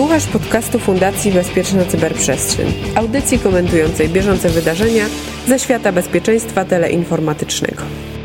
Słuchasz podcastu Fundacji Bezpieczna Cyberprzestrzeń, audycji komentującej bieżące wydarzenia ze świata bezpieczeństwa teleinformatycznego.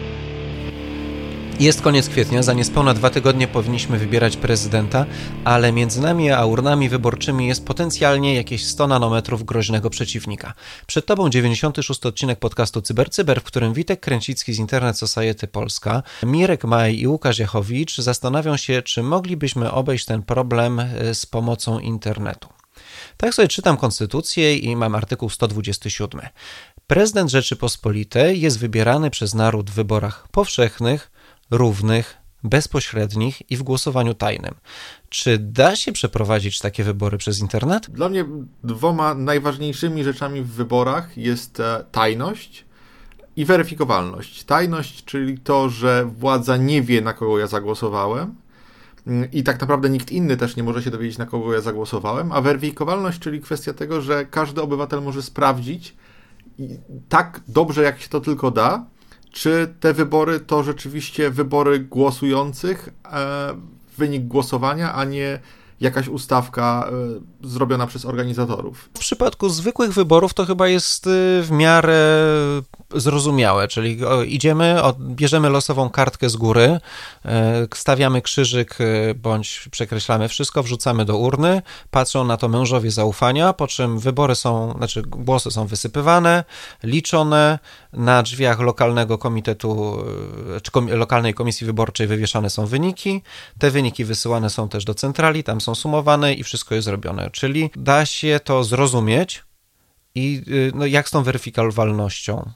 Jest koniec kwietnia, za niespełna 2 tygodnie powinniśmy wybierać prezydenta, ale między nami a urnami wyborczymi jest potencjalnie jakieś 100 nanometrów groźnego przeciwnika. Przed Tobą 96. odcinek podcastu CyberCyber, w którym Witek Kręcicki z Internet Society Polska, Mirek Maj i Łukasz Jachowicz zastanawią się, czy moglibyśmy obejść ten problem z pomocą internetu. Tak sobie czytam konstytucję i mam artykuł 127. Prezydent Rzeczypospolitej jest wybierany przez naród w wyborach powszechnych, równych, bezpośrednich i w głosowaniu tajnym. Czy da się przeprowadzić takie wybory przez internet? Dla mnie 2 najważniejszymi rzeczami w wyborach jest tajność i weryfikowalność. Tajność, czyli to, że władza nie wie, na kogo ja zagłosowałem i tak naprawdę nikt inny też nie może się dowiedzieć, na kogo ja zagłosowałem, a weryfikowalność, czyli kwestia tego, że każdy obywatel może sprawdzić tak dobrze, jak się to tylko da, czy te wybory to rzeczywiście wybory głosujących, wynik głosowania, a nie jakaś ustawka zrobiona przez organizatorów. W przypadku zwykłych wyborów to chyba jest w miarę zrozumiałe, czyli idziemy, bierzemy losową kartkę z góry, stawiamy krzyżyk bądź przekreślamy wszystko, wrzucamy do urny, patrzą na to mężowie zaufania, po czym głosy są wysypywane, liczone, na drzwiach lokalnego komitetu czy lokalnej komisji wyborczej wywieszane są wyniki, te wyniki wysyłane są też do centrali, tam są sumowane i wszystko jest zrobione, czyli da się to zrozumieć i jak z tą weryfikowalnością?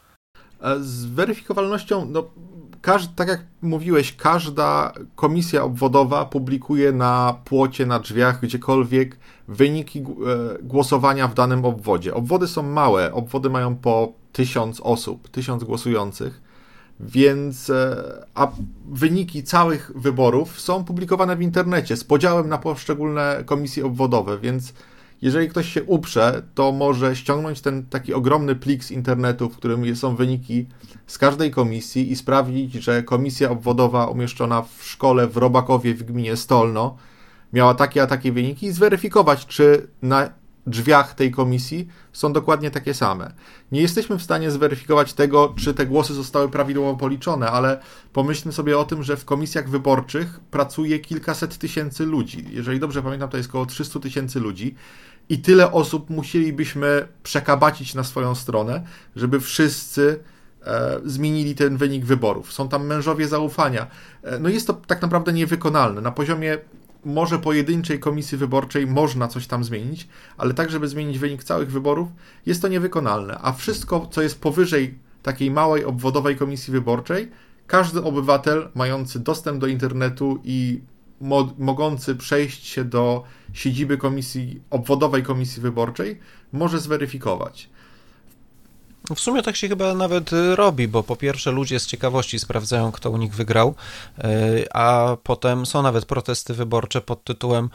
Z weryfikowalnością, tak jak mówiłeś, każda komisja obwodowa publikuje na płocie, na drzwiach, gdziekolwiek wyniki głosowania w danym obwodzie. Obwody są małe, obwody mają po 1000 osób, 1000 głosujących, więc a wyniki całych wyborów są publikowane w internecie z podziałem na poszczególne komisje obwodowe, więc jeżeli ktoś się uprze, to może ściągnąć ten taki ogromny plik z internetu, w którym są wyniki z każdej komisji i sprawdzić, że komisja obwodowa umieszczona w szkole w Robakowie w gminie Stolno miała takie a takie wyniki i zweryfikować, czy na drzwiach tej komisji są dokładnie takie same. Nie jesteśmy w stanie zweryfikować tego, czy te głosy zostały prawidłowo policzone, ale pomyślmy sobie o tym, że w komisjach wyborczych pracuje kilkaset tysięcy ludzi. Jeżeli dobrze pamiętam, to jest około 300 000 ludzi i tyle osób musielibyśmy przekabacić na swoją stronę, żeby wszyscy zmienili ten wynik wyborów. Są tam mężowie zaufania. Jest to tak naprawdę niewykonalne. Na poziomie może pojedynczej komisji wyborczej można coś tam zmienić, ale tak, żeby zmienić wynik całych wyborów, jest to niewykonalne. A wszystko, co jest powyżej takiej małej obwodowej komisji wyborczej, każdy obywatel mający dostęp do internetu i mogący przejść się do siedziby obwodowej komisji wyborczej, może zweryfikować. W sumie tak się chyba nawet robi, bo po pierwsze ludzie z ciekawości sprawdzają, kto u nich wygrał, a potem są nawet protesty wyborcze pod tytułem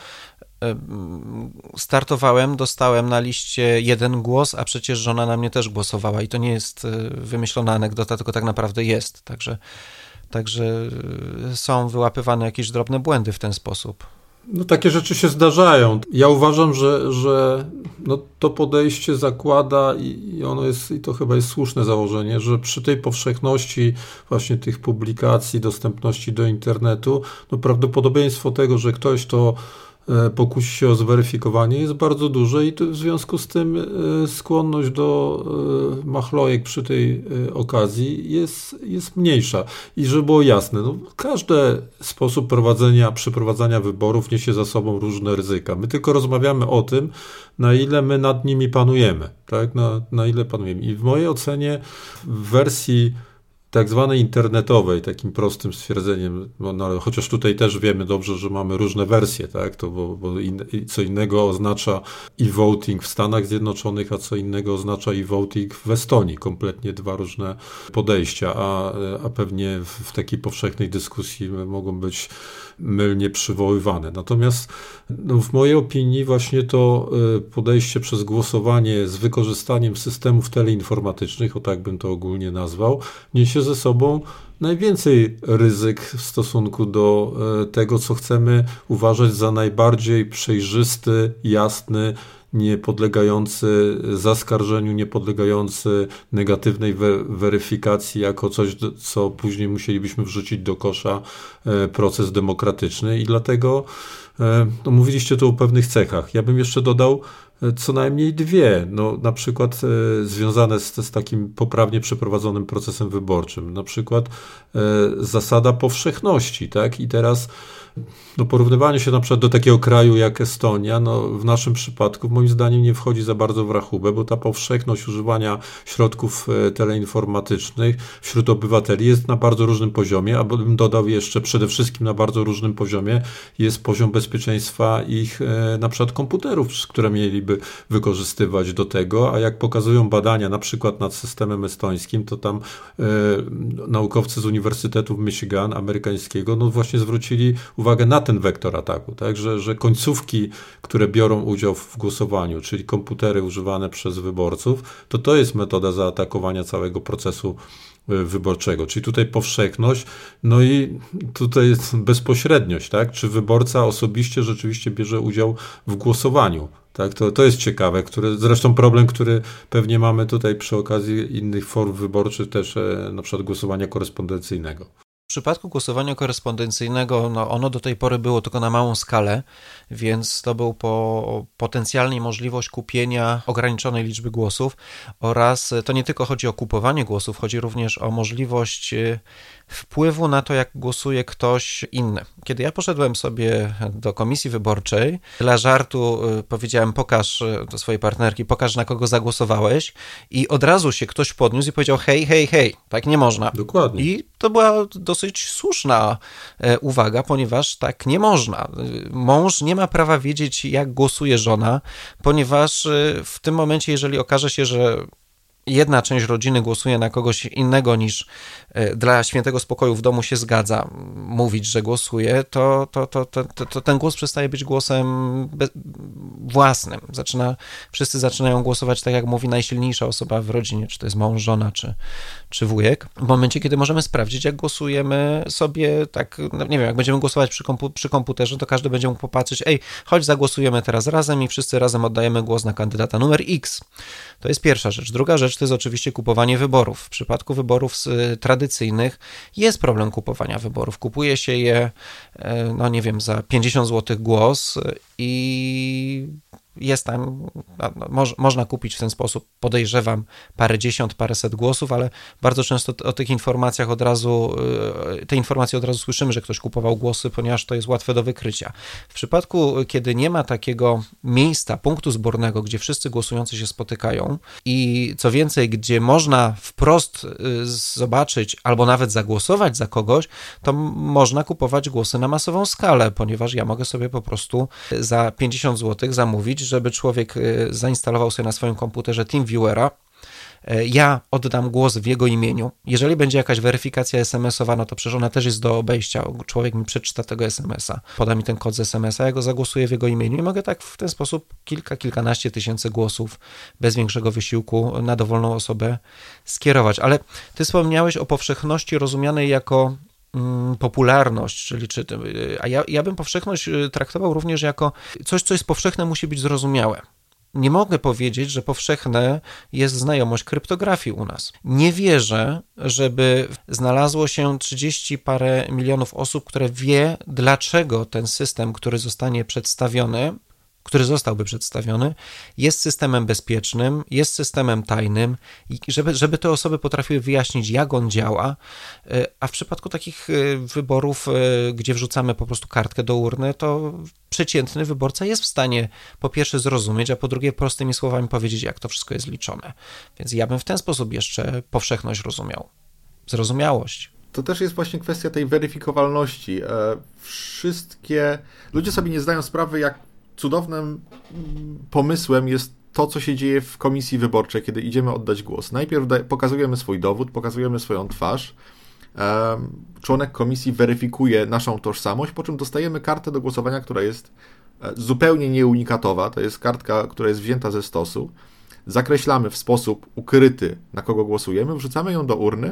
startowałem, dostałem na liście 1 głos, a przecież żona na mnie też głosowała i to nie jest wymyślona anegdota, tylko tak naprawdę jest. Także są wyłapywane jakieś drobne błędy w ten sposób. Takie rzeczy się zdarzają. Ja uważam, że to podejście zakłada i ono jest, i to chyba jest słuszne założenie, że przy tej powszechności właśnie tych publikacji, dostępności do internetu, prawdopodobieństwo tego, że ktoś to pokusi się o zweryfikowanie jest bardzo duże i to w związku z tym skłonność do machlojek przy tej okazji jest mniejsza. I żeby było jasne, każdy sposób przeprowadzania wyborów niesie za sobą różne ryzyka. My tylko rozmawiamy o tym, na ile my nad nimi panujemy. Tak? Na ile panujemy. I w mojej ocenie w wersji tak zwanej internetowej, takim prostym stwierdzeniem, chociaż tutaj też wiemy dobrze, że mamy różne wersje, tak? Co innego oznacza e-voting w Stanach Zjednoczonych, a co innego oznacza e-voting w Estonii. Kompletnie 2 różne podejścia, a pewnie w takiej powszechnej dyskusji mogą być mylnie przywoływane. Natomiast w mojej opinii właśnie to podejście przez głosowanie z wykorzystaniem systemów teleinformatycznych, o tak bym to ogólnie nazwał, niesie niesie ze sobą najwięcej ryzyk w stosunku do tego, co chcemy uważać za najbardziej przejrzysty, jasny, niepodlegający zaskarżeniu, niepodlegający negatywnej weryfikacji jako coś, co później musielibyśmy wrzucić do kosza proces demokratyczny i dlatego mówiliście tu o pewnych cechach. Ja bym jeszcze dodał co najmniej dwie, na przykład związane z takim poprawnie przeprowadzonym procesem wyborczym, na przykład zasada powszechności, tak? I teraz porównywanie się na przykład do takiego kraju jak Estonia, w naszym przypadku moim zdaniem nie wchodzi za bardzo w rachubę, bo ta powszechność używania środków teleinformatycznych wśród obywateli jest na bardzo różnym poziomie, a bym dodał jeszcze przede wszystkim na bardzo różnym poziomie jest poziom bezpieczeństwa ich na przykład komputerów, które mieliby wykorzystywać do tego, a jak pokazują badania na przykład nad systemem estońskim, to tam naukowcy z Uniwersytetu w Michigan amerykańskiego właśnie zwrócili uwagę na ten wektor ataku, tak? że końcówki, które biorą udział w głosowaniu, czyli komputery używane przez wyborców, to jest metoda zaatakowania całego procesu wyborczego, czyli tutaj powszechność, i tutaj jest bezpośredniość, tak? Czy wyborca osobiście rzeczywiście bierze udział w głosowaniu. Tak, to jest ciekawe, zresztą problem, który pewnie mamy tutaj przy okazji innych form wyborczych, też na przykład głosowania korespondencyjnego. W przypadku głosowania korespondencyjnego, ono do tej pory było tylko na małą skalę, więc to był potencjalnie możliwość kupienia ograniczonej liczby głosów oraz to nie tylko chodzi o kupowanie głosów, chodzi również o możliwość wpływu na to, jak głosuje ktoś inny. Kiedy ja poszedłem sobie do komisji wyborczej, dla żartu powiedziałem, pokaż do swojej partnerki, pokaż, na kogo zagłosowałeś, i od razu się ktoś podniósł i powiedział hej, tak nie można. Dokładnie. I to była dosyć słuszna uwaga, ponieważ tak nie można. Mąż nie ma prawa wiedzieć, jak głosuje żona, ponieważ w tym momencie, jeżeli okaże się, że jedna część rodziny głosuje na kogoś innego niż dla świętego spokoju w domu się zgadza mówić, że głosuje, to ten głos przestaje być głosem własnym. Wszyscy zaczynają głosować tak, jak mówi najsilniejsza osoba w rodzinie, czy to jest mąż, żona, czy wujek. W momencie, kiedy możemy sprawdzić, jak głosujemy sobie, tak, nie wiem, jak będziemy głosować przy komputerze, to każdy będzie mógł popatrzeć, chodź, zagłosujemy teraz razem i wszyscy razem oddajemy głos na kandydata numer X. To jest pierwsza rzecz. Druga rzecz to jest oczywiście kupowanie wyborów. W przypadku wyborów tradycyjnych jest problem kupowania wyborów. Kupuje się je, za 50 zł głos i jest tam, można kupić w ten sposób, podejrzewam, paręset głosów, ale bardzo często o tych informacjach te informacje od razu słyszymy, że ktoś kupował głosy, ponieważ to jest łatwe do wykrycia. W przypadku, kiedy nie ma takiego miejsca, punktu zbornego, gdzie wszyscy głosujący się spotykają i co więcej, gdzie można wprost zobaczyć albo nawet zagłosować za kogoś, to można kupować głosy na masową skalę, ponieważ ja mogę sobie po prostu za 50 zł zamówić, żeby człowiek zainstalował sobie na swoim komputerze TeamViewera. Ja oddam głos w jego imieniu. Jeżeli będzie jakaś weryfikacja SMS-owa, to przecież ona też jest do obejścia. Człowiek mi przeczyta tego SMS-a, poda mi ten kod z SMS-a, ja go zagłosuję w jego imieniu i mogę tak w ten sposób kilkanaście tysięcy głosów bez większego wysiłku na dowolną osobę skierować. Ale ty wspomniałeś o powszechności rozumianej jako popularność, a ja bym powszechność traktował również jako coś, co jest powszechne, musi być zrozumiałe. Nie mogę powiedzieć, że powszechne jest znajomość kryptografii u nas. Nie wierzę, żeby znalazło się 30 parę milionów osób, które wie, dlaczego ten system, który zostałby przedstawiony, jest systemem bezpiecznym, jest systemem tajnym i żeby te osoby potrafiły wyjaśnić, jak on działa, a w przypadku takich wyborów, gdzie wrzucamy po prostu kartkę do urny, to przeciętny wyborca jest w stanie po pierwsze zrozumieć, a po drugie prostymi słowami powiedzieć, jak to wszystko jest liczone. Więc ja bym w ten sposób jeszcze powszechność rozumiał. Zrozumiałość. To też jest właśnie kwestia tej weryfikowalności. Ludzie sobie nie zdają sprawy, jak cudownym pomysłem jest to, co się dzieje w komisji wyborczej, kiedy idziemy oddać głos. Najpierw pokazujemy swój dowód, pokazujemy swoją twarz, członek komisji weryfikuje naszą tożsamość, po czym dostajemy kartę do głosowania, która jest zupełnie nieunikatowa, to jest kartka, która jest wzięta ze stosu, zakreślamy w sposób ukryty, na kogo głosujemy, wrzucamy ją do urny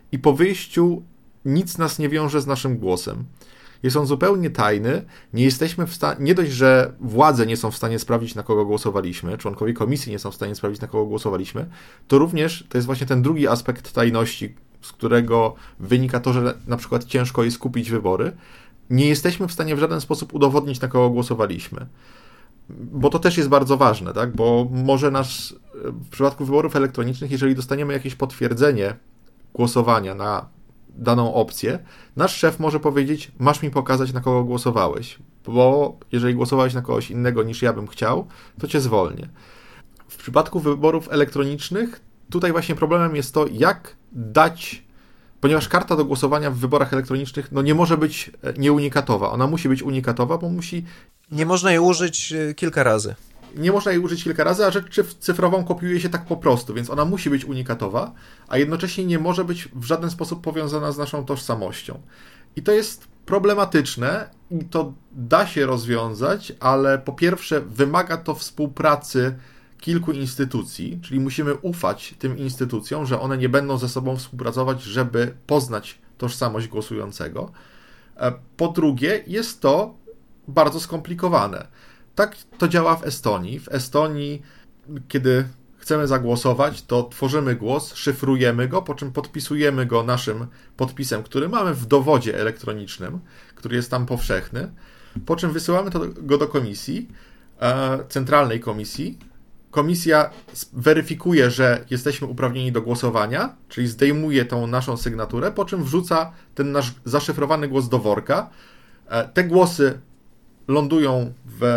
i po wyjściu nic nas nie wiąże z naszym głosem. Jest on zupełnie tajny, nie jesteśmy w stanie, nie dość, że władze nie są w stanie sprawdzić, na kogo głosowaliśmy, członkowie komisji nie są w stanie sprawdzić, na kogo głosowaliśmy, to również to jest właśnie ten drugi aspekt tajności, z którego wynika to, że na przykład ciężko jest kupić wybory. Nie jesteśmy w stanie w żaden sposób udowodnić, na kogo głosowaliśmy. Bo to też jest bardzo ważne, tak? Bo może w przypadku wyborów elektronicznych, jeżeli dostaniemy jakieś potwierdzenie głosowania na daną opcję, nasz szef może powiedzieć, masz mi pokazać, na kogo głosowałeś, bo jeżeli głosowałeś na kogoś innego niż ja bym chciał, to cię zwolnię. W przypadku wyborów elektronicznych tutaj właśnie problemem jest to, jak dać, ponieważ karta do głosowania w wyborach elektronicznych nie może być nieunikatowa. Ona musi być unikatowa, bo nie można jej użyć kilka razy. Nie można jej użyć kilka razy, a rzecz cyfrową kopiuje się tak po prostu, więc ona musi być unikatowa, a jednocześnie nie może być w żaden sposób powiązana z naszą tożsamością. I to jest problematyczne i to da się rozwiązać, ale po pierwsze wymaga to współpracy kilku instytucji, czyli musimy ufać tym instytucjom, że one nie będą ze sobą współpracować, żeby poznać tożsamość głosującego. Po drugie, jest to bardzo skomplikowane. Tak to działa w Estonii. W Estonii, kiedy chcemy zagłosować, to tworzymy głos, szyfrujemy go, po czym podpisujemy go naszym podpisem, który mamy w dowodzie elektronicznym, który jest tam powszechny, po czym wysyłamy go do komisji, centralnej komisji. Komisja weryfikuje, że jesteśmy uprawnieni do głosowania, czyli zdejmuje tą naszą sygnaturę, po czym wrzuca ten nasz zaszyfrowany głos do worka. Te głosy lądują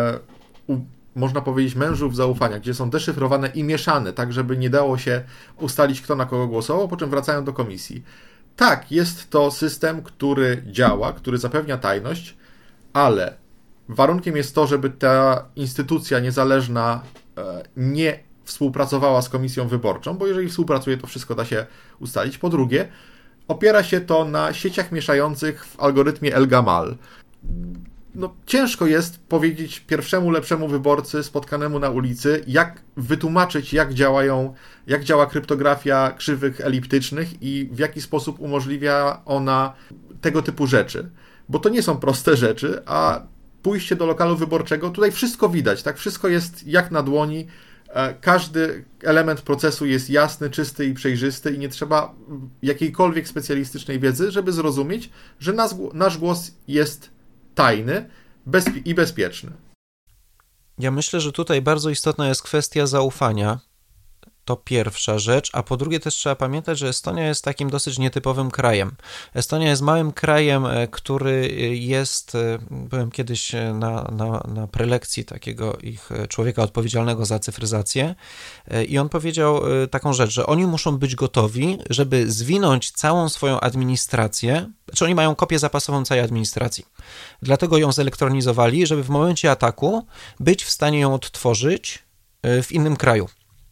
można powiedzieć, mężów zaufania, gdzie są deszyfrowane i mieszane, tak żeby nie dało się ustalić, kto na kogo głosował, po czym wracają do komisji. Tak, jest to system, który działa, który zapewnia tajność, ale warunkiem jest to, żeby ta instytucja niezależna nie współpracowała z komisją wyborczą, bo jeżeli współpracuje, to wszystko da się ustalić. Po drugie, opiera się to na sieciach mieszających w algorytmie El-Gamal. Ciężko jest powiedzieć pierwszemu lepszemu wyborcy spotkanemu na ulicy, jak wytłumaczyć, jak działa kryptografia krzywych eliptycznych i w jaki sposób umożliwia ona tego typu rzeczy. Bo to nie są proste rzeczy, a pójście do lokalu wyborczego, tutaj wszystko widać, tak? Wszystko jest jak na dłoni, każdy element procesu jest jasny, czysty i przejrzysty i nie trzeba jakiejkolwiek specjalistycznej wiedzy, żeby zrozumieć, że nasz głos jest tajny i bezpieczny. Ja myślę, że tutaj bardzo istotna jest kwestia zaufania. To pierwsza rzecz, a po drugie też trzeba pamiętać, że Estonia jest takim dosyć nietypowym krajem. Estonia jest małym krajem, który jest, byłem kiedyś na prelekcji takiego ich człowieka odpowiedzialnego za cyfryzację i on powiedział taką rzecz, że oni muszą być gotowi, żeby zwinąć całą swoją administrację, znaczy oni mają kopię zapasową całej administracji. Dlatego ją zelektronizowali, żeby w momencie ataku być w stanie ją odtworzyć w innym kraju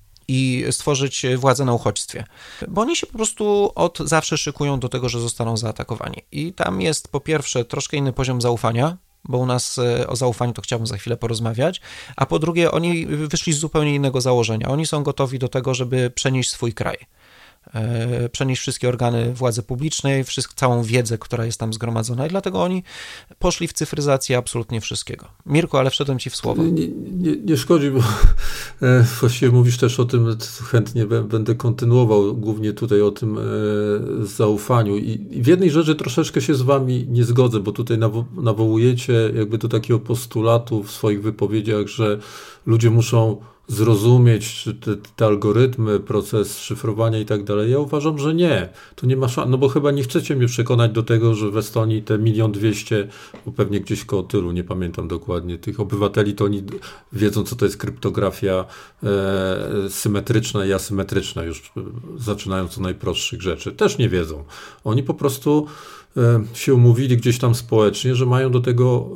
i stworzyć władzę na uchodźstwie. Bo oni się po prostu od zawsze szykują do tego, że zostaną zaatakowani. I tam jest po pierwsze troszkę inny poziom zaufania, bo u nas o zaufaniu to chciałbym za chwilę porozmawiać, a po drugie oni wyszli z zupełnie innego założenia. Oni są gotowi do tego, żeby przenieść swój kraj. Przenieść wszystkie organy władzy publicznej, całą wiedzę, która jest tam zgromadzona i dlatego oni poszli w cyfryzację absolutnie wszystkiego. Mirku, ale wszedłem ci w słowo. Nie szkodzi, bo właściwie mówisz też o tym, chętnie będę kontynuował, głównie tutaj o tym zaufaniu i w jednej rzeczy troszeczkę się z wami nie zgodzę, bo tutaj nawołujecie jakby do takiego postulatu w swoich wypowiedziach, że ludzie muszą zrozumieć te algorytmy, proces szyfrowania i tak dalej. Ja uważam, że nie. Tu nie ma szans, no bo chyba nie chcecie mnie przekonać do tego, że w Estonii te 1 200 000, bo pewnie gdzieś koło tylu, nie pamiętam dokładnie, tych obywateli, to oni wiedzą, co to jest kryptografia symetryczna i asymetryczna, już zaczynając od najprostszych rzeczy. Też nie wiedzą. Oni po prostu się umówili gdzieś tam społecznie, że mają do tego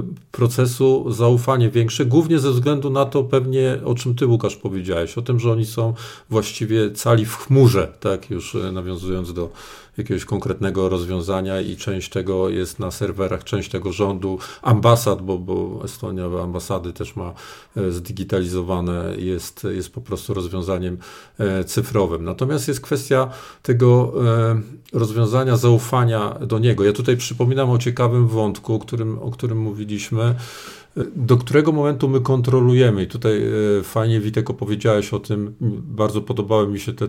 procesu zaufanie większe, głównie ze względu na to pewnie, o czym ty, Łukasz, powiedziałeś, o tym, że oni są właściwie cali w chmurze, tak, już nawiązując do jakiegoś konkretnego rozwiązania i część tego jest na serwerach, część tego rządu, ambasad, bo Estonia ambasady też ma zdigitalizowane, jest po prostu rozwiązaniem cyfrowym. Natomiast jest kwestia tego rozwiązania, zaufania do niego. Ja tutaj przypominam o ciekawym wątku, o którym mówiliśmy, do którego momentu my kontrolujemy. I tutaj fajnie, Witek, opowiedziałeś o tym, bardzo podobał mi się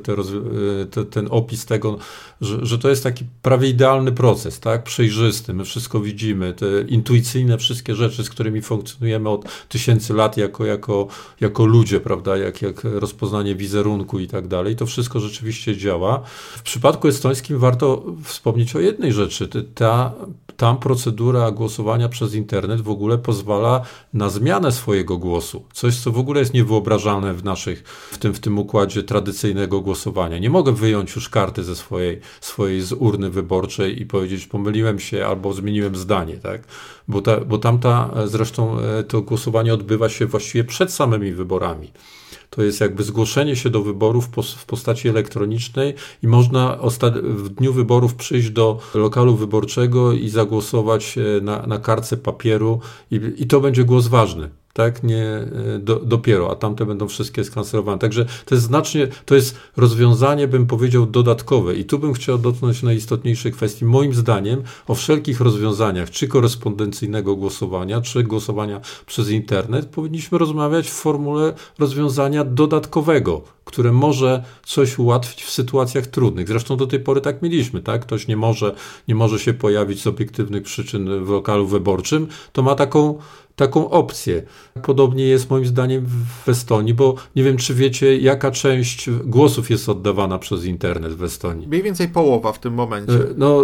ten opis tego, że to jest taki prawie idealny proces, tak? Przejrzysty, my wszystko widzimy, te intuicyjne wszystkie rzeczy, z którymi funkcjonujemy od tysięcy lat jako ludzie, prawda? Jak rozpoznanie wizerunku i tak dalej, to wszystko rzeczywiście działa. W przypadku estońskim warto wspomnieć o jednej rzeczy. Tam procedura głosowania przez internet w ogóle pozwala na zmianę swojego głosu. Coś, co w ogóle jest niewyobrażalne w tym układzie tradycyjnego głosowania. Nie mogę wyjąć już karty ze swojej z urny wyborczej i powiedzieć, pomyliłem się albo zmieniłem zdanie, tak? Bo zresztą to głosowanie odbywa się właściwie przed samymi wyborami. To jest jakby zgłoszenie się do wyborów w postaci elektronicznej i można w dniu wyborów przyjść do lokalu wyborczego i zagłosować na kartce papieru i to będzie głos ważny. Tak, nie dopiero, a tamte będą wszystkie skancelowane. Także to jest rozwiązanie, bym powiedział, dodatkowe. I tu bym chciał dotknąć najistotniejszej kwestii. Moim zdaniem o wszelkich rozwiązaniach, czy korespondencyjnego głosowania, czy głosowania przez internet, powinniśmy rozmawiać w formule rozwiązania dodatkowego, które może coś ułatwić w sytuacjach trudnych. Zresztą do tej pory tak mieliśmy, tak? Ktoś nie może się pojawić z obiektywnych przyczyn w lokalu wyborczym, to ma taką opcję. Podobnie jest moim zdaniem w Estonii, bo nie wiem, czy wiecie, jaka część głosów jest oddawana przez internet w Estonii. Mniej więcej połowa w tym momencie.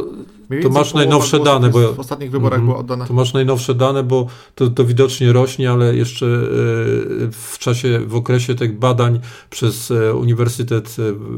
To masz najnowsze dane, bo w ostatnich wyborach była oddana. To masz najnowsze dane, bo to widocznie rośnie, ale jeszcze w okresie tych badań przez Uniwersytet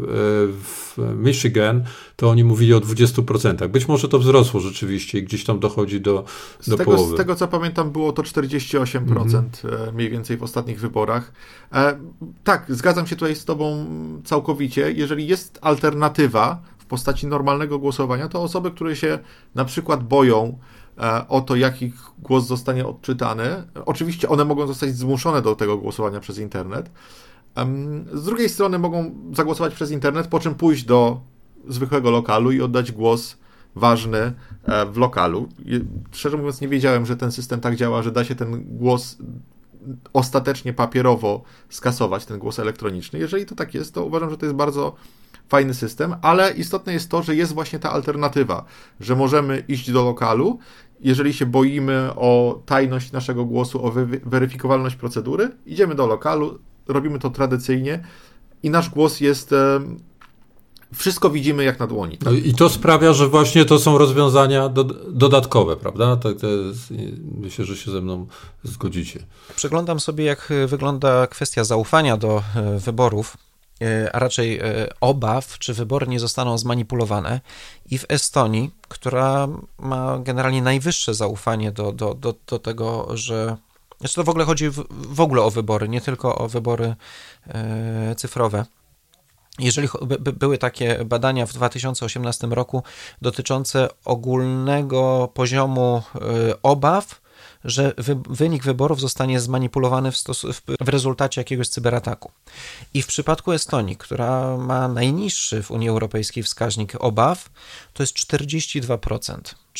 w Michigan, to oni mówili o 20%. Być może to wzrosło rzeczywiście i gdzieś tam dochodzi do połowy. Z tego, co pamiętam, było to 48% mniej więcej w ostatnich wyborach. Tak, zgadzam się tutaj z tobą całkowicie. Jeżeli jest alternatywa w postaci normalnego głosowania, to osoby, które się na przykład boją o to, jaki głos zostanie odczytany, oczywiście one mogą zostać zmuszone do tego głosowania przez internet. Z drugiej strony mogą zagłosować przez internet, po czym pójść do zwykłego lokalu i oddać głos ważny w lokalu. Szczerze mówiąc, nie wiedziałem, że ten system tak działa, że da się ten głos ostatecznie papierowo skasować, ten głos elektroniczny. Jeżeli to tak jest, to uważam, że to jest bardzo fajny system, ale istotne jest to, że jest właśnie ta alternatywa, że możemy iść do lokalu, jeżeli się boimy o tajność naszego głosu, o weryfikowalność procedury, idziemy do lokalu, robimy to tradycyjnie i nasz głos jest... Wszystko widzimy jak na dłoni. No i to sprawia, że właśnie to są rozwiązania dodatkowe, prawda? Myślę, że się ze mną zgodzicie. Przeglądam sobie, jak wygląda kwestia zaufania do wyborów, a raczej obaw, czy wybory nie zostaną zmanipulowane. I w Estonii, która ma generalnie najwyższe zaufanie do tego, że... Znaczy to w ogóle chodzi w ogóle o wybory, nie tylko o wybory cyfrowe. Jeżeli były takie badania w 2018 roku dotyczące ogólnego poziomu obaw, że wynik wyborów zostanie zmanipulowany w rezultacie jakiegoś cyberataku. I w przypadku Estonii, która ma najniższy w Unii Europejskiej wskaźnik obaw, to jest 42%.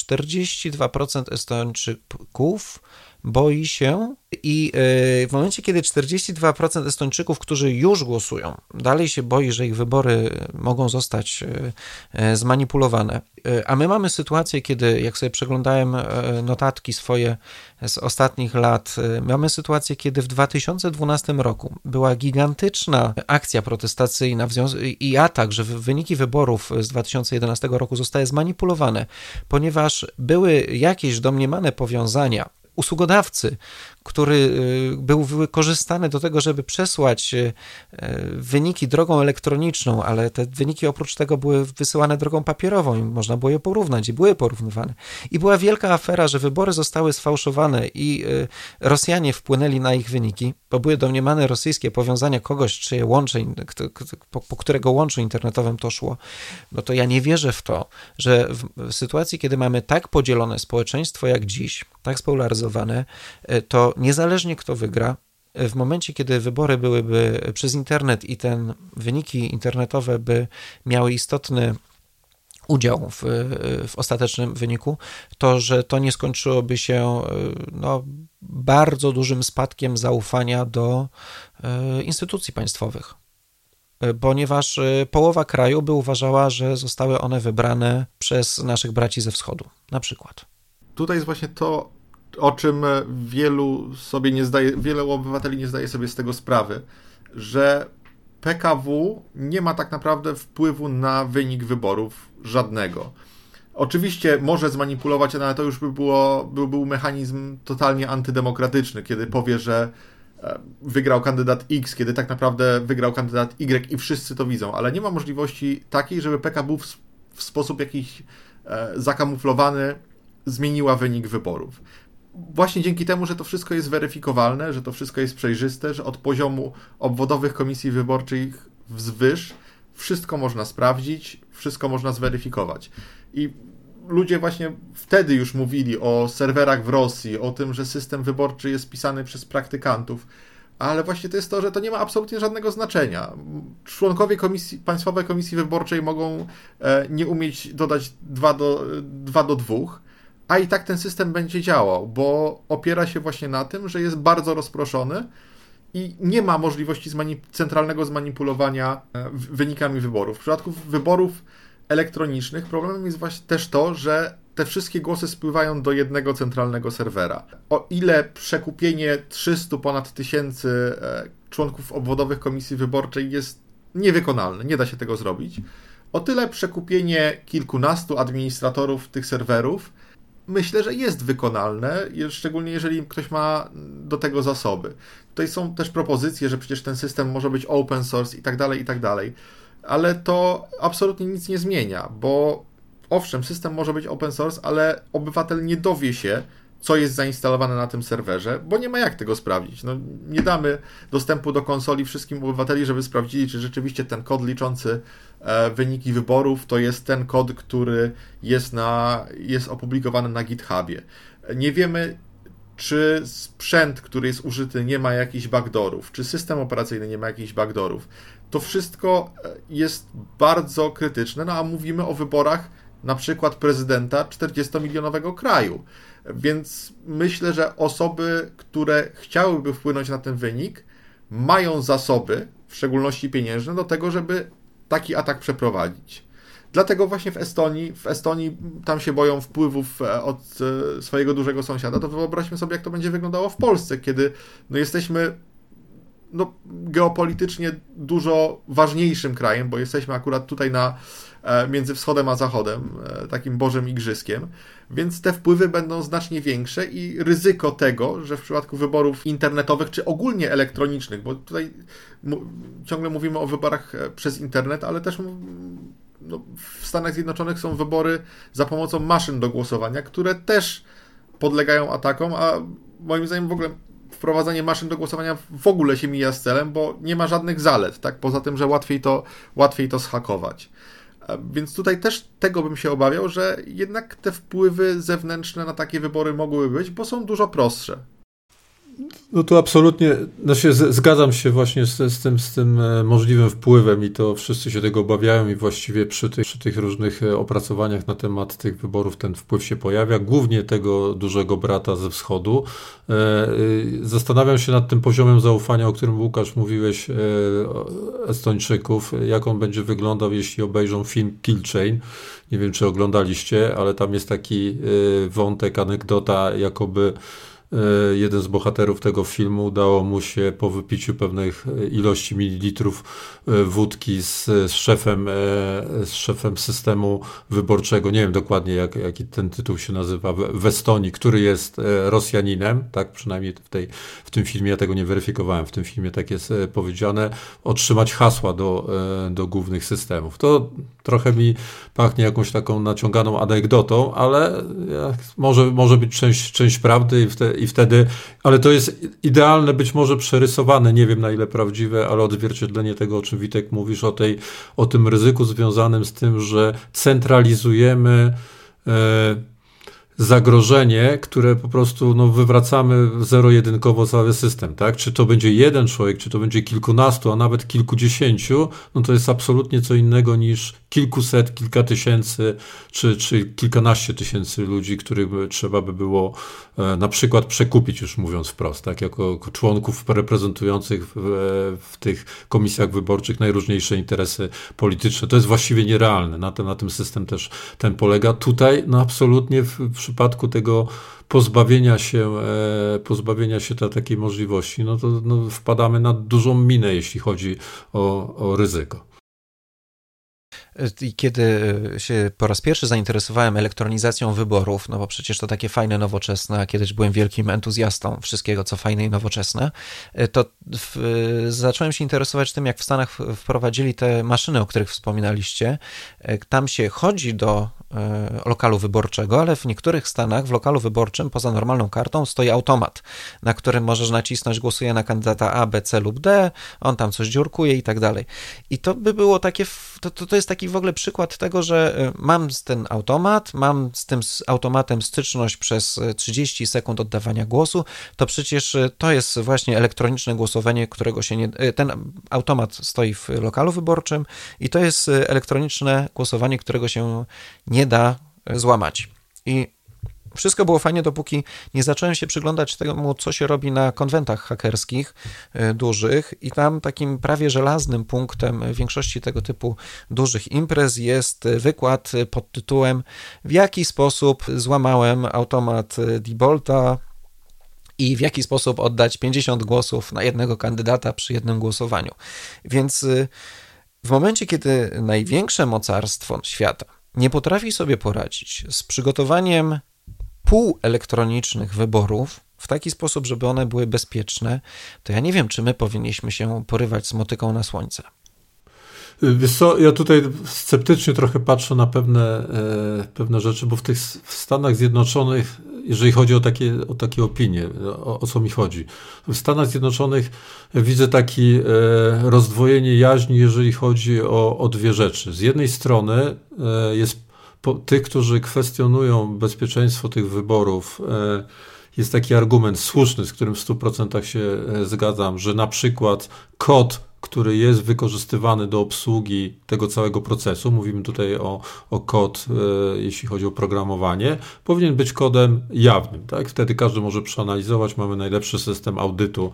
42% Estończyków boi się i w momencie, kiedy 42% Estończyków, którzy już głosują, dalej się boi, że ich wybory mogą zostać zmanipulowane. A my mamy sytuację, kiedy, jak sobie przeglądałem notatki swoje z ostatnich lat, mamy sytuację, kiedy w 2012 roku była gigantyczna akcja protestacyjna i atak, że wyniki wyborów z 2011 roku zostały zmanipulowane, ponieważ były jakieś domniemane powiązania usługodawcy, który był wykorzystany do tego, żeby przesłać wyniki drogą elektroniczną, ale te wyniki oprócz tego były wysyłane drogą papierową i można było je porównać i były porównywane. I była wielka afera, że wybory zostały sfałszowane i Rosjanie wpłynęli na ich wyniki, bo były domniemane rosyjskie powiązania kogoś, czyje łącze, po którego łączu internetowym to szło. No to ja nie wierzę w to, że w sytuacji, kiedy mamy tak podzielone społeczeństwo jak dziś, tak spolaryzowane, to niezależnie kto wygra, w momencie, kiedy wybory byłyby przez internet i te wyniki internetowe by miały istotny udział w ostatecznym wyniku, to że to nie skończyłoby się bardzo dużym spadkiem zaufania do instytucji państwowych. Ponieważ połowa kraju by uważała, że zostały one wybrane przez naszych braci ze wschodu, na przykład. Tutaj jest właśnie to, o czym wielu obywateli nie zdaje sobie z tego sprawy, że PKW nie ma tak naprawdę wpływu na wynik wyborów żadnego. Oczywiście może zmanipulować, ale to już był mechanizm totalnie antydemokratyczny, kiedy powie, że wygrał kandydat X, kiedy tak naprawdę wygrał kandydat Y i wszyscy to widzą, ale nie ma możliwości takiej, żeby PKW w sposób jakiś zakamuflowany zmieniła wynik wyborów. Właśnie dzięki temu, że to wszystko jest weryfikowalne, że to wszystko jest przejrzyste, że od poziomu obwodowych komisji wyborczych wzwyż wszystko można sprawdzić, wszystko można zweryfikować. I ludzie właśnie wtedy już mówili o serwerach w Rosji, o tym, że system wyborczy jest pisany przez praktykantów, ale właśnie to jest to, że to nie ma absolutnie żadnego znaczenia. Członkowie Państwowej Komisji Wyborczej mogą nie umieć dodać 2 do 2, a i tak ten system będzie działał, bo opiera się właśnie na tym, że jest bardzo rozproszony i nie ma możliwości centralnego zmanipulowania wynikami wyborów. W przypadku wyborów elektronicznych problemem jest właśnie też to, że te wszystkie głosy spływają do jednego centralnego serwera. O ile przekupienie 300 ponad tysięcy członków obwodowych komisji wyborczej jest niewykonalne, nie da się tego zrobić, o tyle przekupienie kilkunastu administratorów tych serwerów myślę, że jest wykonalne, szczególnie jeżeli ktoś ma do tego zasoby. Tutaj są też propozycje, że przecież ten system może być open source i tak dalej, ale to absolutnie nic nie zmienia, bo owszem, system może być open source, ale obywatel nie dowie się, co jest zainstalowane na tym serwerze, bo nie ma jak tego sprawdzić. No, nie damy dostępu do konsoli wszystkim obywateli, żeby sprawdzili, czy rzeczywiście ten kod liczący wyniki wyborów to jest ten kod, który jest opublikowany na GitHubie. Nie wiemy, czy sprzęt, który jest użyty, nie ma jakichś backdoorów, czy system operacyjny nie ma jakichś backdoorów. To wszystko jest bardzo krytyczne, no a mówimy o wyborach na przykład prezydenta 40-milionowego kraju. Więc myślę, że osoby, które chciałyby wpłynąć na ten wynik, mają zasoby, w szczególności pieniężne, do tego, żeby taki atak przeprowadzić. Dlatego właśnie w Estonii tam się boją wpływów od swojego dużego sąsiada, to wyobraźmy sobie, jak to będzie wyglądało w Polsce, kiedy jesteśmy geopolitycznie dużo ważniejszym krajem, bo jesteśmy akurat tutaj między wschodem a zachodem, takim bożym igrzyska, więc te wpływy będą znacznie większe i ryzyko tego, że w przypadku wyborów internetowych, czy ogólnie elektronicznych, bo tutaj ciągle mówimy o wyborach przez internet, ale też w Stanach Zjednoczonych są wybory za pomocą maszyn do głosowania, które też podlegają atakom, a moim zdaniem w ogóle wprowadzanie maszyn do głosowania w ogóle się mija z celem, bo nie ma żadnych zalet, tak? Poza tym, że łatwiej to zhakować. Więc tutaj też tego bym się obawiał, że jednak te wpływy zewnętrzne na takie wybory mogły być, bo są dużo prostsze. No to absolutnie, zgadzam się właśnie z tym możliwym wpływem i to wszyscy się tego obawiają i właściwie przy tych różnych opracowaniach na temat tych wyborów ten wpływ się pojawia, głównie tego dużego brata ze wschodu. Zastanawiam się nad tym poziomem zaufania, o którym Łukasz mówiłeś, Estończyków, jak on będzie wyglądał, jeśli obejrzą film Kill Chain. Nie wiem, czy oglądaliście, ale tam jest taki wątek, anegdota, jakoby jeden z bohaterów tego filmu, udało mu się po wypiciu pewnych ilości mililitrów wódki z szefem systemu wyborczego, nie wiem dokładnie jaki ten tytuł się nazywa, w Estonii, który jest Rosjaninem, tak przynajmniej w tym filmie, ja tego nie weryfikowałem, w tym filmie tak jest powiedziane, otrzymać hasła do głównych systemów. To trochę mi pachnie jakąś taką naciąganą anegdotą, ale może być część prawdy i wtedy, ale to jest idealne, być może przerysowane, nie wiem na ile prawdziwe, ale odzwierciedlenie tego, o czym Witek mówisz, o tym ryzyku związanym z tym, że centralizujemy zagrożenie, które po prostu wywracamy zero-jedynkowo cały system, tak? Czy to będzie jeden człowiek, czy to będzie kilkunastu, a nawet kilkudziesięciu, to jest absolutnie co innego niż kilkuset, kilka tysięcy, czy kilkanaście tysięcy ludzi, których trzeba by było na przykład przekupić, już mówiąc wprost, tak? Jako członków reprezentujących w tych komisjach wyborczych najróżniejsze interesy polityczne. To jest właściwie nierealne. Na tym system też ten polega. Tutaj absolutnie w przypadku tego pozbawienia się takiej możliwości, to wpadamy na dużą minę, jeśli chodzi o ryzyko. I kiedy się po raz pierwszy zainteresowałem elektronizacją wyborów, bo przecież to takie fajne, nowoczesne, a kiedyś byłem wielkim entuzjastą wszystkiego, co fajne i nowoczesne, to zacząłem się interesować tym, jak w Stanach wprowadzili te maszyny, o których wspominaliście. Tam się chodzi do lokalu wyborczego, ale w niektórych stanach w lokalu wyborczym poza normalną kartą stoi automat, na którym możesz nacisnąć, głosuję na kandydata A, B, C lub D, on tam coś dziurkuje i tak dalej. I to by było takie, to jest taki w ogóle przykład tego, że mam ten automat, mam z tym automatem styczność przez 30 sekund oddawania głosu, to przecież to jest właśnie elektroniczne głosowanie, którego się nie... Ten automat stoi w lokalu wyborczym i to jest elektroniczne głosowanie, którego się nie da złamać. I wszystko było fajnie, dopóki nie zacząłem się przyglądać temu, co się robi na konwentach hakerskich dużych i tam takim prawie żelaznym punktem większości tego typu dużych imprez jest wykład pod tytułem w jaki sposób złamałem automat Dieboldta i w jaki sposób oddać 50 głosów na jednego kandydata przy jednym głosowaniu. Więc w momencie, kiedy największe mocarstwo świata nie potrafi sobie poradzić z przygotowaniem półelektronicznych wyborów w taki sposób, żeby one były bezpieczne, to ja nie wiem, czy my powinniśmy się porywać z motyką na słońce. Wiesz co, ja tutaj sceptycznie trochę patrzę na pewne rzeczy, bo w Stanach Zjednoczonych, jeżeli chodzi o takie opinie, o co mi chodzi, w Stanach Zjednoczonych widzę takie rozdwojenie jaźni, jeżeli chodzi o dwie rzeczy. Z jednej strony jest tych, którzy kwestionują bezpieczeństwo tych wyborów, jest taki argument słuszny, z którym w 100% się zgadzam, że na przykład kod, który jest wykorzystywany do obsługi tego całego procesu, mówimy tutaj o kod, jeśli chodzi o programowanie, powinien być kodem jawnym. Tak? Wtedy każdy może przeanalizować, mamy najlepszy system audytu,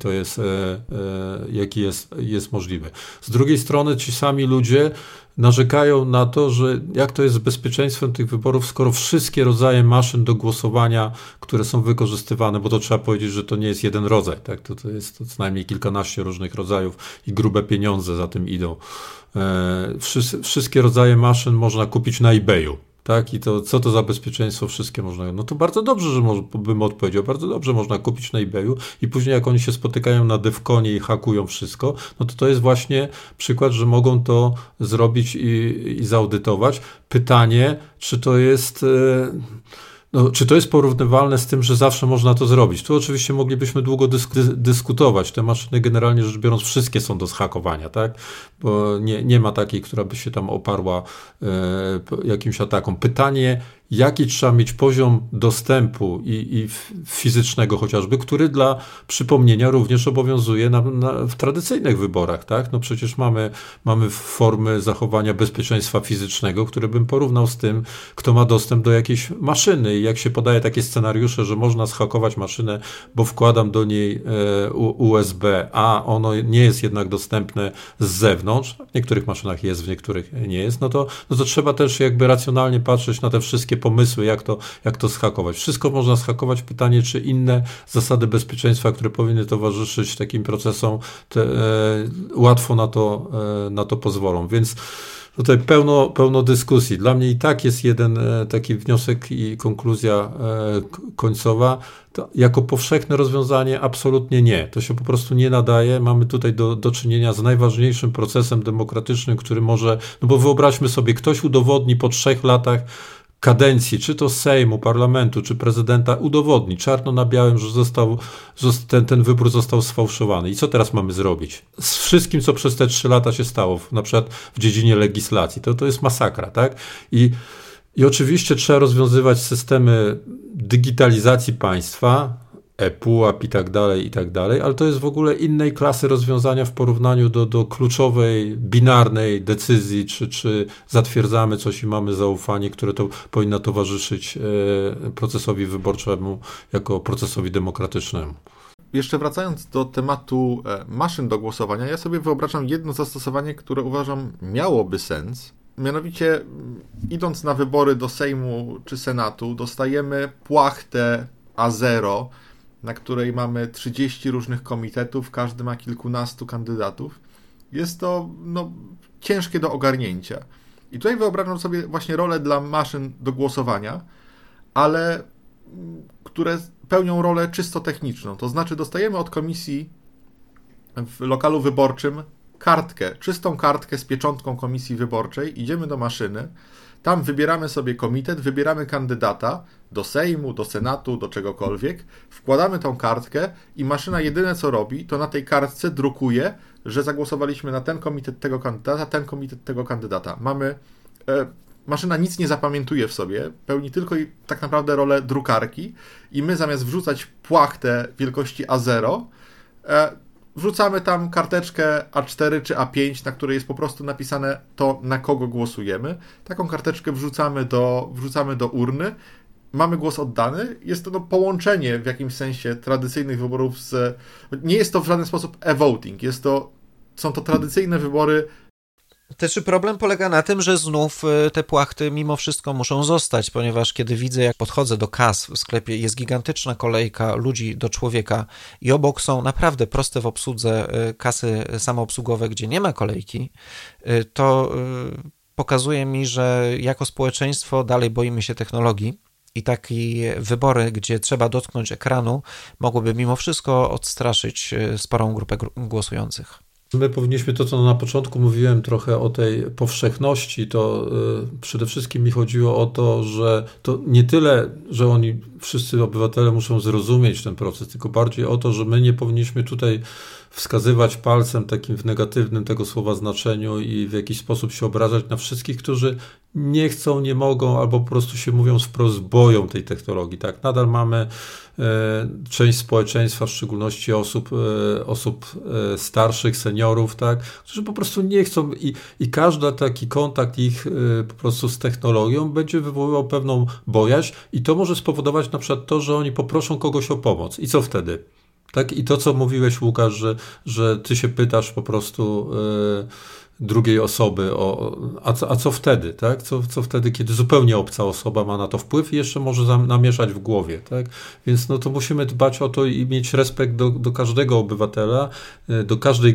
jaki jest możliwy. Z drugiej strony ci sami ludzie narzekają na to, że jak to jest z bezpieczeństwem tych wyborów, skoro wszystkie rodzaje maszyn do głosowania, które są wykorzystywane, bo to trzeba powiedzieć, że to nie jest jeden rodzaj, tak? To jest co najmniej kilkanaście różnych rodzajów i grube pieniądze za tym idą. Wszystkie rodzaje maszyn można kupić na eBayu. Tak, i to co to za bezpieczeństwo, wszystkie można. No to bardzo dobrze, że bym odpowiedział, bardzo dobrze można kupić na eBayu i później jak oni się spotykają na DEFCONie i hakują wszystko, no to jest właśnie przykład, że mogą to zrobić i zaudytować. Pytanie, czy to jest porównywalne z tym, że zawsze można to zrobić? Tu oczywiście moglibyśmy długo dyskutować. Te maszyny generalnie rzecz biorąc wszystkie są do zhakowania, tak? Bo nie ma takiej, która by się tam oparła jakimś atakom. Pytanie, jaki trzeba mieć poziom dostępu i fizycznego chociażby, który dla przypomnienia również obowiązuje w tradycyjnych wyborach, tak? No przecież mamy formy zachowania bezpieczeństwa fizycznego, które bym porównał z tym, kto ma dostęp do jakiejś maszyny i jak się podaje takie scenariusze, że można zhakować maszynę, bo wkładam do niej USB, a ono nie jest jednak dostępne z zewnątrz, w niektórych maszynach jest, w niektórych nie jest, no to trzeba też jakby racjonalnie patrzeć na te wszystkie pomysły, jak to zhakować. Wszystko można zhakować. Pytanie, czy inne zasady bezpieczeństwa, które powinny towarzyszyć takim procesom, łatwo na to pozwolą. Więc tutaj pełno dyskusji. Dla mnie i tak jest jeden taki wniosek i konkluzja końcowa. To jako powszechne rozwiązanie absolutnie nie. To się po prostu nie nadaje. Mamy tutaj do czynienia z najważniejszym procesem demokratycznym, który może, no bo wyobraźmy sobie, ktoś udowodni po 3 latach kadencji, czy to Sejmu, Parlamentu, czy prezydenta, udowodni czarno na białym, że ten wybór został sfałszowany. I co teraz mamy zrobić? Z wszystkim, co przez te 3 lata się stało, na przykład w dziedzinie legislacji. To jest masakra, tak? I oczywiście trzeba rozwiązywać systemy digitalizacji państwa, ePUAP i tak dalej, ale to jest w ogóle innej klasy rozwiązania w porównaniu do kluczowej, binarnej decyzji, czy zatwierdzamy coś i mamy zaufanie, które to powinno towarzyszyć procesowi wyborczemu jako procesowi demokratycznemu. Jeszcze wracając do tematu maszyn do głosowania, ja sobie wyobrażam jedno zastosowanie, które uważam miałoby sens. Mianowicie, idąc na wybory do Sejmu czy Senatu, dostajemy płachtę A0, na której mamy 30 różnych komitetów, każdy ma kilkunastu kandydatów. Jest to ciężkie do ogarnięcia. I tutaj wyobrażam sobie właśnie rolę dla maszyn do głosowania, ale które pełnią rolę czysto techniczną. To znaczy dostajemy od komisji w lokalu wyborczym czystą kartkę z pieczątką komisji wyborczej, idziemy do maszyny, tam wybieramy sobie komitet, wybieramy kandydata do Sejmu, do Senatu, do czegokolwiek, wkładamy tą kartkę i maszyna jedyne co robi, to na tej kartce drukuje, że zagłosowaliśmy na ten komitet tego kandydata, ten komitet tego kandydata. Maszyna nic nie zapamiętuje w sobie, pełni tylko i tak naprawdę rolę drukarki i my zamiast wrzucać płachtę wielkości A0, wrzucamy tam karteczkę A4 czy A5, na której jest po prostu napisane to, na kogo głosujemy. Taką karteczkę wrzucamy do urny. Mamy głos oddany. Jest to połączenie w jakimś sensie tradycyjnych wyborów nie jest to w żaden sposób e-voting. Są to tradycyjne wybory. Też problem polega na tym, że znów te płachty mimo wszystko muszą zostać, ponieważ kiedy widzę, jak podchodzę do kas w sklepie, jest gigantyczna kolejka ludzi do człowieka i obok są naprawdę proste w obsłudze kasy samoobsługowe, gdzie nie ma kolejki, to pokazuje mi, że jako społeczeństwo dalej boimy się technologii i takie wybory, gdzie trzeba dotknąć ekranu, mogłyby mimo wszystko odstraszyć sporą grupę głosujących. My powinniśmy to, co na początku mówiłem trochę o tej powszechności, to przede wszystkim mi chodziło o to, że to nie tyle, że oni, wszyscy obywatele muszą zrozumieć ten proces, tylko bardziej o to, że my nie powinniśmy tutaj wskazywać palcem takim w negatywnym tego słowa znaczeniu i w jakiś sposób się obrażać na wszystkich, którzy nie chcą, nie mogą albo po prostu się mówiąc wprost boją tej technologii. Tak? Nadal mamy część społeczeństwa, w szczególności osób starszych, seniorów, tak? Którzy po prostu nie chcą i każdy taki kontakt ich po prostu z technologią będzie wywoływał pewną bojaźń i to może spowodować na przykład to, że oni poproszą kogoś o pomoc. I co wtedy? Tak? I to, co mówiłeś, Łukasz, że ty się pytasz po prostu drugiej osoby, a co wtedy, tak? Co wtedy, kiedy zupełnie obca osoba ma na to wpływ i jeszcze może namieszać w głowie, tak? Więc to musimy dbać o to i mieć respekt do każdego obywatela, do każdej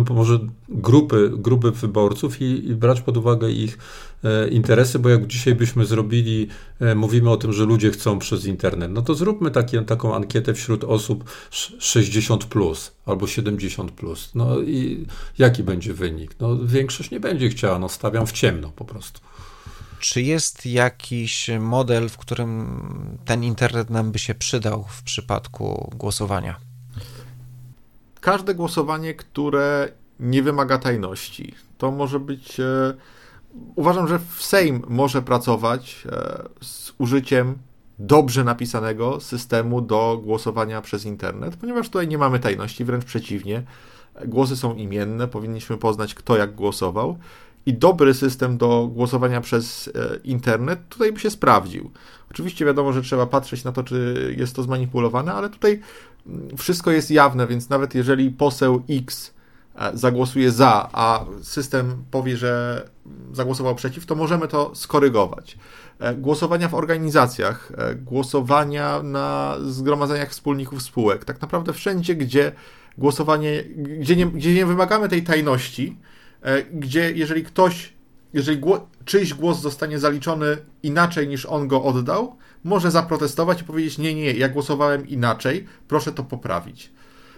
grupy wyborców i brać pod uwagę ich interesy, bo jak dzisiaj byśmy mówimy o tym, że ludzie chcą przez internet, no to zróbmy taką ankietę wśród osób 60+ albo 70+. No i jaki będzie wynik? No większość nie będzie chciała, stawiam w ciemno po prostu. Czy jest jakiś model, w którym ten internet nam by się przydał w przypadku głosowania? Każde głosowanie, które nie wymaga tajności. To może być... Uważam, że Sejm może pracować z użyciem dobrze napisanego systemu do głosowania przez internet, ponieważ tutaj nie mamy tajności, wręcz przeciwnie. Głosy są imienne, powinniśmy poznać, kto jak głosował i dobry system do głosowania przez internet tutaj by się sprawdził. Oczywiście wiadomo, że trzeba patrzeć na to, czy jest to zmanipulowane, ale tutaj wszystko jest jawne, więc nawet jeżeli poseł X zagłosuje za, a system powie, że zagłosował przeciw, to możemy to skorygować. Głosowania w organizacjach, głosowania na zgromadzeniach wspólników spółek, tak naprawdę wszędzie, gdzie głosowanie, gdzie nie wymagamy tej tajności, gdzie jeżeli czyjś głos zostanie zaliczony inaczej niż on go oddał, może zaprotestować i powiedzieć, nie, ja głosowałem inaczej, proszę to poprawić.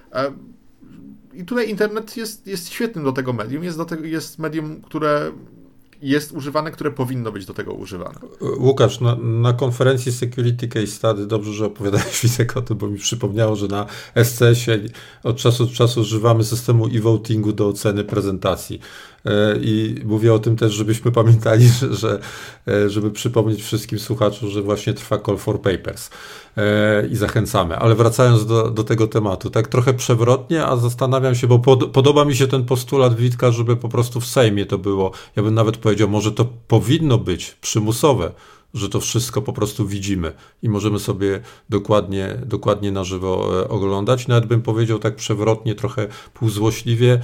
I tutaj internet jest świetnym do tego medium, jest medium, które jest używane, które powinno być do tego używane. Łukasz, na konferencji Security Case Study, dobrze, że opowiadałeś Witek o tym, bo mi przypomniało, że na SCS-ie od czasu do czasu używamy systemu e-votingu do oceny prezentacji. I mówię o tym też, żebyśmy pamiętali, żeby przypomnieć wszystkim słuchaczom, że właśnie trwa Call for Papers i zachęcamy. Ale wracając do tego tematu, tak trochę przewrotnie, a zastanawiam się, bo podoba mi się ten postulat Witka, żeby po prostu w Sejmie to było, ja bym nawet powiedział, może to powinno być przymusowe, że to wszystko po prostu widzimy i możemy sobie dokładnie na żywo oglądać. Nawet bym powiedział tak przewrotnie, trochę półzłośliwie,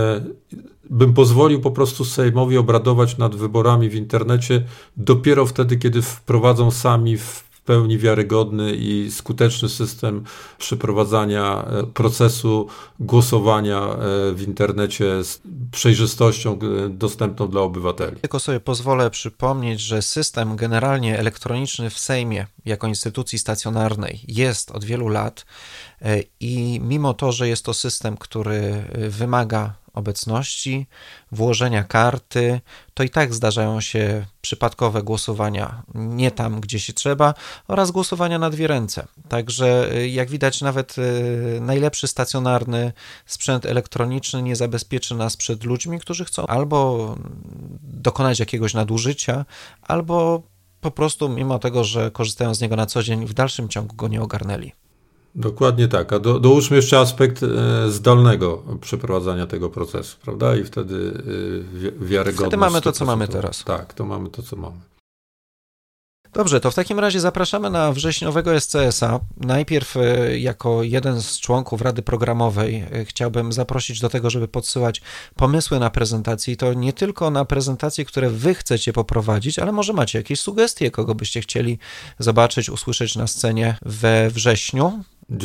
bym pozwolił po prostu Sejmowi obradować nad wyborami w internecie dopiero wtedy, kiedy wprowadzą sami w pełni wiarygodny i skuteczny system przeprowadzania procesu głosowania w internecie z przejrzystością dostępną dla obywateli. Tylko sobie pozwolę przypomnieć, że system generalnie elektroniczny w Sejmie jako instytucji stacjonarnej jest od wielu lat i mimo to, że jest to system, który wymaga obecności, włożenia karty, to i tak zdarzają się przypadkowe głosowania nie tam, gdzie się trzeba, oraz głosowania na dwie ręce. Także jak widać, nawet najlepszy stacjonarny sprzęt elektroniczny nie zabezpieczy nas przed ludźmi, którzy chcą albo dokonać jakiegoś nadużycia, albo po prostu mimo tego, że korzystają z niego na co dzień, w dalszym ciągu go nie ogarnęli. Dokładnie tak, a dołóżmy jeszcze aspekt zdalnego przeprowadzania tego procesu, prawda? I wtedy wiarygodność. Wtedy mamy to, co mamy teraz. Tak, to mamy to, co mamy. Dobrze, to w takim razie zapraszamy na wrześniowego SCS-a. Najpierw jako jeden z członków Rady Programowej chciałbym zaprosić do tego, żeby podsyłać pomysły na prezentacje i to nie tylko na prezentacje, które wy chcecie poprowadzić, ale może macie jakieś sugestie, kogo byście chcieli zobaczyć, usłyszeć na scenie we wrześniu.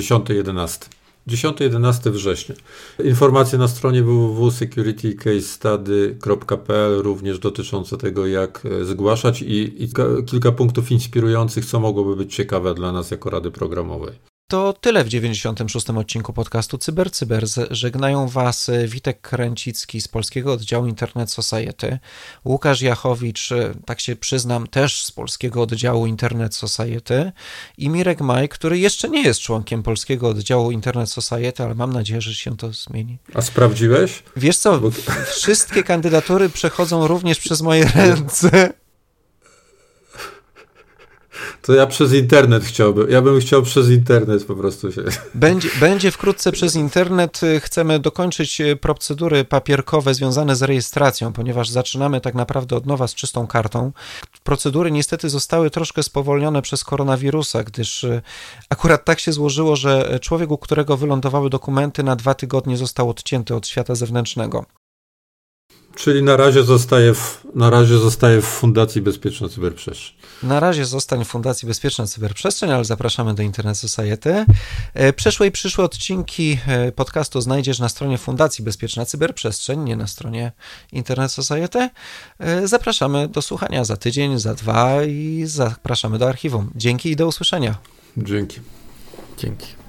10-11 września. Informacje na stronie www.securitycasestudy.pl również dotyczące tego, jak zgłaszać i kilka punktów inspirujących, co mogłoby być ciekawe dla nas jako Rady Programowej. To tyle w 96. odcinku podcastu CyberCyber. Żegnają Was Witek Kręcicki z polskiego oddziału Internet Society, Łukasz Jachowicz, tak się przyznam, też z polskiego oddziału Internet Society i Mirek Maj, który jeszcze nie jest członkiem polskiego oddziału Internet Society, ale mam nadzieję, że się to zmieni. A sprawdziłeś? Wiesz co, wszystkie kandydatury przechodzą również przez moje ręce. To ja przez internet chciałbym. Ja bym chciał przez internet po prostu się... Będzie wkrótce przez internet. Chcemy dokończyć procedury papierkowe związane z rejestracją, ponieważ zaczynamy tak naprawdę od nowa z czystą kartą. Procedury niestety zostały troszkę spowolnione przez koronawirusa, gdyż akurat tak się złożyło, że człowiek, u którego wylądowały dokumenty, na 2 tygodnie został odcięty od świata zewnętrznego. Czyli na razie zostaje w Fundacji Bezpieczna Cyberprzestrzeń. Na razie zostań w Fundacji Bezpieczna Cyberprzestrzeń, ale zapraszamy do Internet Society. Przeszłe i przyszłe odcinki podcastu znajdziesz na stronie Fundacji Bezpieczna Cyberprzestrzeń, nie na stronie Internet Society. Zapraszamy do słuchania za tydzień, za 2 i zapraszamy do archiwum. Dzięki i do usłyszenia. Dzięki. Dzięki.